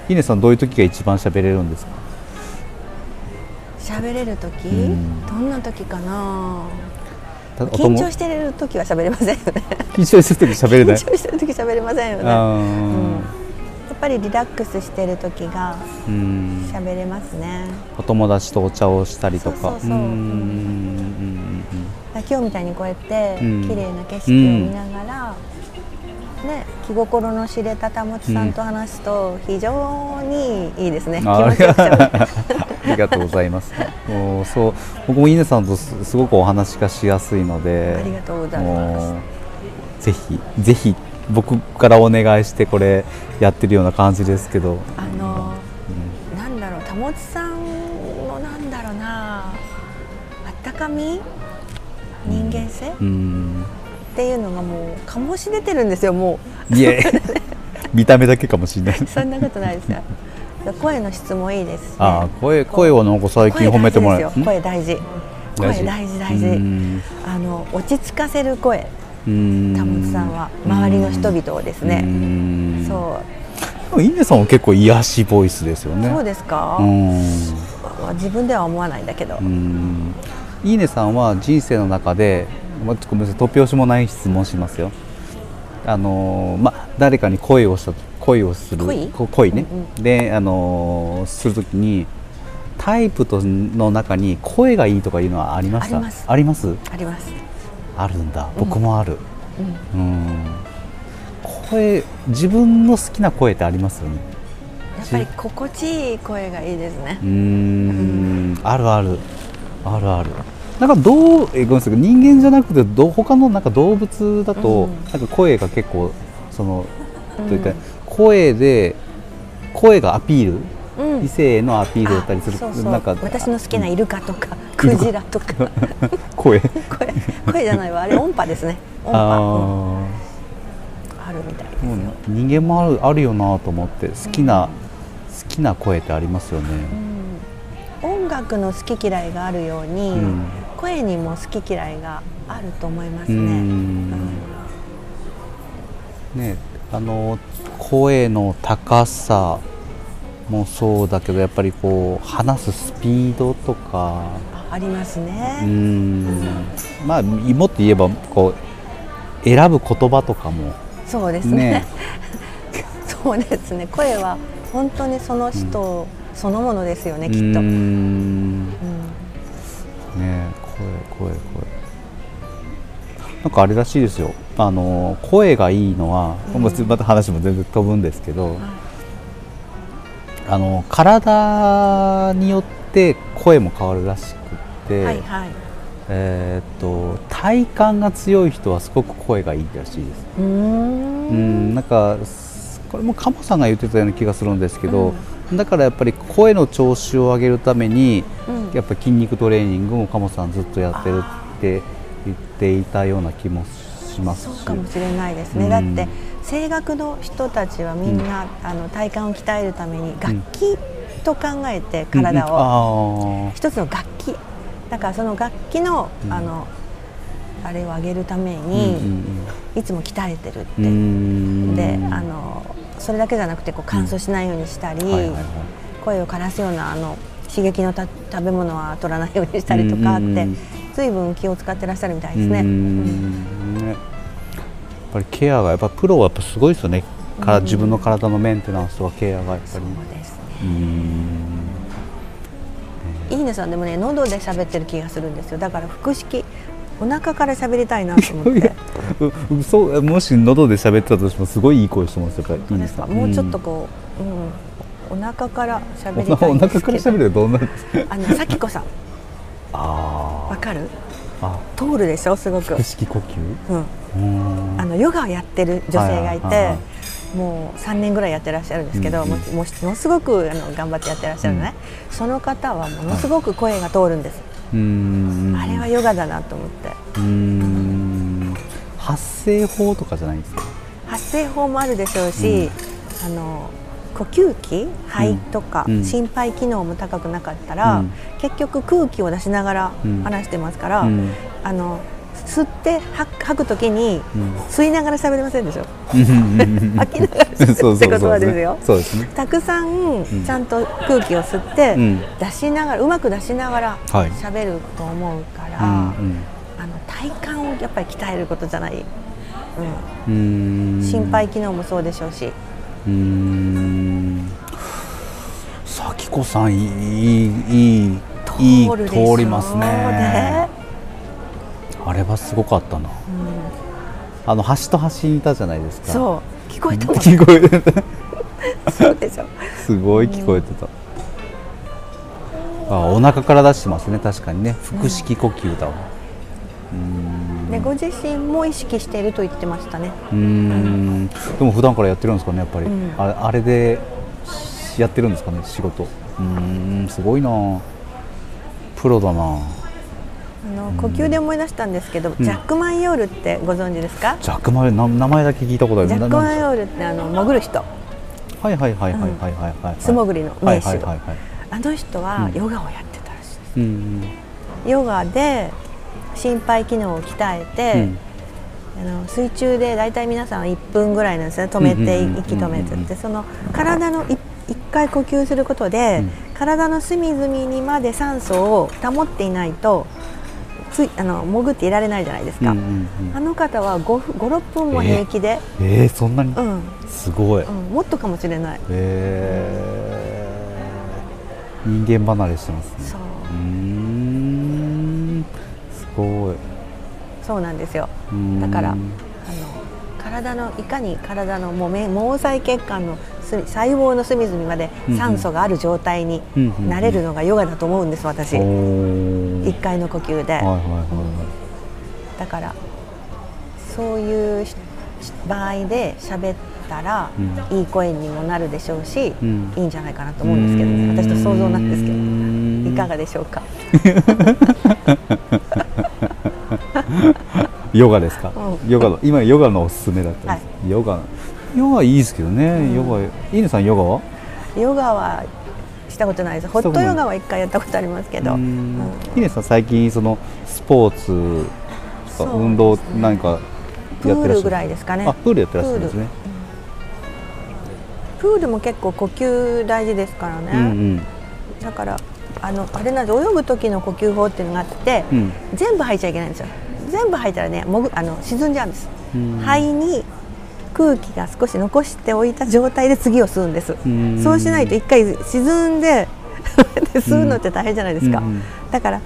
イネさんどういう時が一番喋れるんですか？ 喋れる時、どんな時かな。 緊緊張してる時は喋れませんよね。 緊張してる時喋れない。 緊張してる時喋れませんよね。やっぱりリラックスしてる時が喋れますね。 お友達とお茶をしたりとか。 今日みたいにこうやって綺麗な景色を見ながら、ね、気心の知れたたもちさんと話すと非常にいいですね。気持ちよく喋る。 ありがとうございます。そう、僕もイネさんとすごくお話がしやすいので、 ありがとうございます。 ぜひ僕からお願いしてこれやってるような感じですけど、 なんだろう、たもちさんのなんだろうな、あったかみ、人間性、っていうのがもう醸し出てるんですよ。もういえ見た目だけかもしれない。 そんなことないですよ。声の質もいいですし、ね、 声をなんか最近褒めてもらえる。 声大事。声大事。落ち着かせる声。たもちさんは周りの人々をですね。そう。 イネさんは結構癒しボイスですよね。 そうですか。自分では思わないんだけど。 イネさんは人生の中で、ごめんなさい、突拍子もない質問しますよ。誰かに恋をする恋ね、でするときにタイプの中に声がいいとかいうのはありました？あります。あるんだ。僕もある。声、自分の好きな声ってありますよね。 やっぱり心地いい声がいいですね。 ある。なんかごめんなさい、人間じゃなくて他のなんか動物だと、なんか声が結構というか声がアピール、異性へのアピールだったりする。なんか私の好きなイルカとかクジラとか声じゃないわ、あれ音波ですね。音波あるみたいですよ。 人間もあるよなと思って、好きな声ってありますよね。 音楽の好き嫌いがあるように、声にも好き嫌いがあると思いますね。 声の高さもそうだけど、やっぱりこう話すスピードとかありますね。 もっと言えばこう選ぶ言葉とかも。 そうですね。そうですね。声は本当にその人そのものですよね、きっと。声。なんかあれらしいですよ。声がいいのは、また話も全然飛ぶんですけど、体によって声も変わるらしくて、体幹が強い人はすごく声がいいらしいです。なんかこれもカモさんが言ってたような気がするんですけど、だからやっぱり声の調子を上げるために、やっぱり筋肉トレーニングもカモさんずっとやってるって言っていたような気もしますし。 そうかもしれないですね。だって声楽の人たちはみんな、体幹を鍛えるために楽器と考えて体を、一つの楽器だから、その楽器の、あれを上げるために、いつも鍛えてるって。でそれだけじゃなくて乾燥しないようにしたり、声を枯らすような刺激の食べ物は取らないようにしたりとかって、随分気を使ってらっしゃるみたいですね。 やっぱりケアが、やっぱプロはやっぱすごいですよね。自分の体のメンテナンスとかケアがやっぱり。 そうですね。いいねさんでもね、喉で喋ってる気がするんですよ。だから腹式、お腹から喋りたいなと思って。 もし喉で喋ってたとしてもすごいいい声してますよ。やっぱりいいですか。 もうちょっとこう、お腹から喋りたいんですけど。 お腹から喋るとどんなんですか。 さきこさん。わかる？通るでしょ、すごく。 腹式呼吸。 ヨガをやってる女性がいて、もう3年ぐらいやってらっしゃるんですけど、ものすごく頑張ってやってらっしゃるのね。その方はものすごく声が通るんです。あれはヨガだなと思って。 発声法とかじゃないですか。 発声法もあるでしょうし、呼吸器、肺とか心肺機能も高くなかったら、結局空気を出しながら話してますから、 吸って吐くときに吸いながら喋りませんでしょ。吐きながらそうってことはですよ。 そうですね。 たくさんちゃんと空気を吸って出しながら、うまく出しながら喋ると思うから、体幹をやっぱり鍛えることじゃない。心肺機能もそうでしょうし。 咲子さんいい通りますね。あれはすごかったな。端と端にいたじゃないですか。 そう聞こえたもん。 聞こえてた。 そうでしょ。 すごい聞こえてた。お腹から出してますね。確かにね。腹式呼吸だわ。 でご自身も意識していると言ってましたね。 でも普段からやってるんですかね、やっぱり。あれでやってるんですかね、仕事。すごいな。プロだな。 呼吸で思い出したんですけど、ジャックマンヨールってご存知ですか？ ジャックマンヨール、名前だけ聞いたことある。 ジャックマンヨールって潜る人。 はいはいはいはいはいはいはい。 素潜りの名手。あの人はヨガをやってたらしいです。ヨガで心肺機能を鍛えて、水中でだいたい皆さん1分ぐらいなんですね。止めて息止めてって、その体の1回呼吸することで、体の隅々にまで酸素を保っていないと潜っていられないじゃないですか。あの方は5、6分も平気で。 そんなに、すごい、 もっとかもしれない。 人間離れしてますね。 そう、 すごい。 そうなんですよ。だからいかに体の毛細血管の細胞の隅々まで酸素がある状態になれるのがヨガだと思うんです、私。1回の呼吸で。だからそういう場合で喋ったらいい声にもなるでしょうし、いいんじゃないかなと思うんですけどね。私の想像なんですけど、いかがでしょうか。 ヨガですか？今ヨガのおすすめだったんです。ヨガいいですけどね。ヨガ、イーネさんヨガは？ ヨガはしたことないです。ホットヨガは1回やったことありますけど。イーネさん最近そのスポーツ運動何かやってらっしゃる？プールぐらいですかね。 プールやってらっしゃるんですね。 プールも結構呼吸大事ですからね。だからあれなんで、泳ぐ時の呼吸法っていうのがあって、全部吐いちゃいけないんですよ。全部吐いたらね、沈んじゃうんです。肺に空気が少し残しておいた状態で次を吸うんです。そうしないと一回沈んで吸うのって大変じゃないですか。だから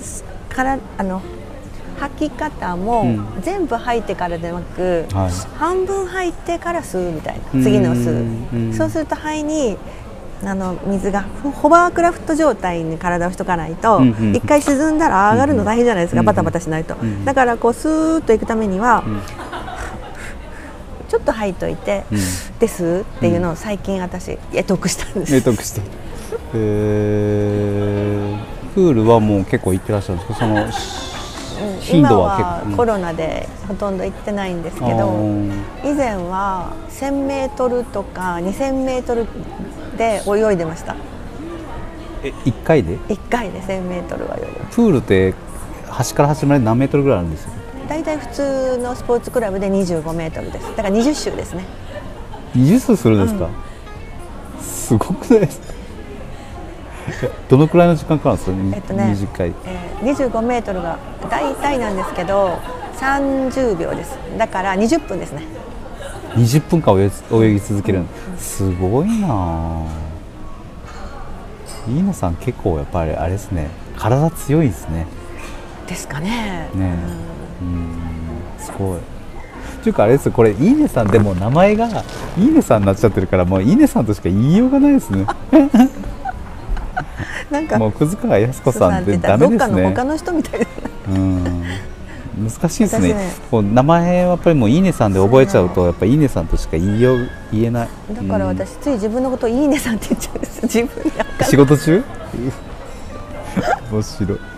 吐き方も全部吐いてからでなく、半分吐いてから吸うみたいな、次の吸う。そうすると肺に水がホバークラフト状態に体をしとかないと、一回沈んだら上がるの大変じゃないですか。バタバタしないと。だからこうスーッといくためには、ちょっと吐いといて、で吸うっていうのを最近私得得したんです。 得得した。プールはもう結構行ってらっしゃるんですか？その頻度は結構。 今はコロナでほとんど行ってないんですけど、以前は1000メートルとか2000メートルで泳いでました。 1回で ？1回で1000メートルは泳いでます。 プールって端から端まで何メートルぐらいあるんですか？ だいたい普通のスポーツクラブで25メートルです。だから20周ですね。 20周するんですか？すごくないですか？どのくらいの時間かかるんですか？20回。 25メートルがだいたいなんですけど30秒です。だから20分ですね。 20分間泳ぎ続ける、すごいな。イーナさん結構やっぱりあれですね、体強いですね。 ですかね。 すごい。というかあれですよ、これイーネさんでも名前がイーネさんになっちゃってるから、もうイーネさんとしか言いようがないですね。 なんかもう葛川靖子さんってダメですね。 どっかの他の人みたいな。 難しいですね。こう名前はやっぱりもうイーネさんで覚えちゃうと、やっぱりイーネさんとしか言えない。 だから私つい自分のことをイーネさんって言っちゃうんです。自分に。 仕事中？面白い。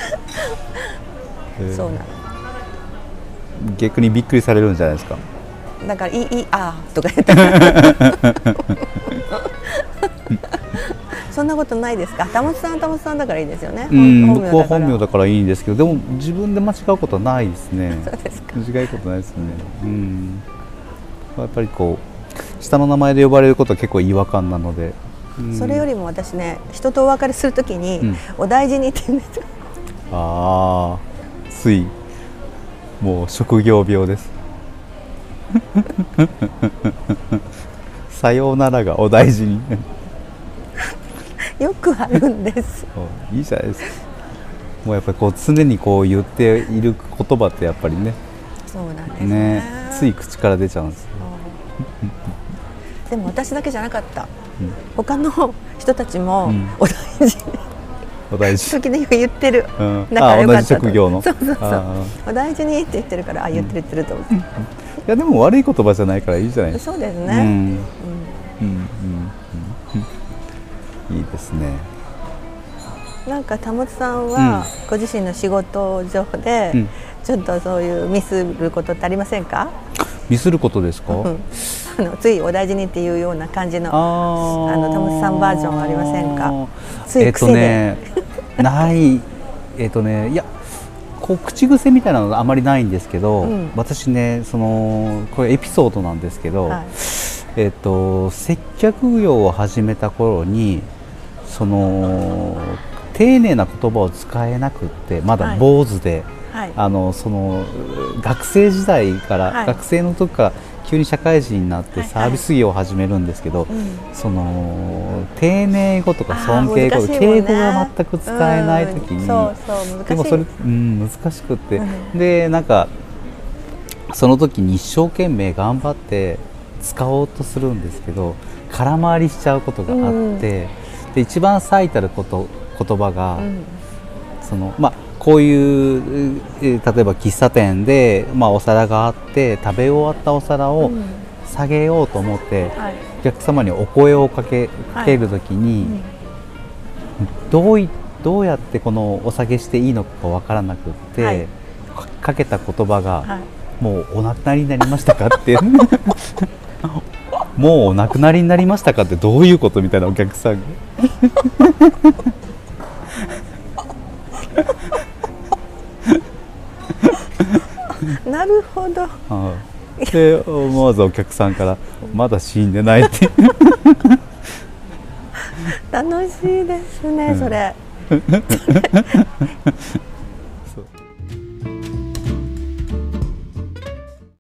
そうなの。 逆にびっくりされるんじゃないですか。 だからあーとか言って。 そんなことないですか。保さんは保さんだからいいですよね。 僕は本名だからいいんですけど、でも自分で間違うことはないですね。 そうですか。 間違うことないですね。やっぱりこう下の名前で呼ばれることは結構違和感なので。 それよりも私ね、人とお別れするときに、お大事にって言うんですよ。 ああ、ついもう職業病です。さようならがお大事に。 よくあるんです。 いいじゃないですか。もうやっぱりこう常にこう言っている言葉ってやっぱりね。 そうなんですね。 つい口から出ちゃうんです。 でも私だけじゃなかった。他の人たちもお大事に。 お大事。 時々言ってる。 だから同じ職業の。 そうそうそう。お大事にって言ってるから、言ってると思って。いやでも悪い言葉じゃないからいいじゃないですか。 そうですね。 いいですね。 なんか保さんはご自身の仕事上でちょっとそういうミスることってありませんか？ ミスることですか？ ついお大事にっていうような感じの保さんバージョンはありませんか？つい癖でない。いやこう口癖みたいなのがあまりないんですけど、私ねこれエピソードなんですけど、接客業を始めた頃に丁寧な言葉を使えなくってまだ坊主で、学生時代から、学生の時から急に社会人になってサービス業を始めるんですけど、丁寧語とか尊敬語、敬語が全く使えない時に、でもそれ難しくって、でなんかその時に一生懸命頑張って使おうとするんですけど空回りしちゃうことがあって、で一番最たる言葉が、こういう例えば喫茶店で、お皿があって食べ終わったお皿を下げようと思って、お客様にお声をかけるときに、どうやってこのお下げしていいのか分からなくって、かけた言葉が、もうお亡くなりになりましたかってもうお亡くなりになりましたかってどういうことみたいなお客さんがなるほど。 で思わずお客さんから「まだ死んでない」って楽しいですね、それ。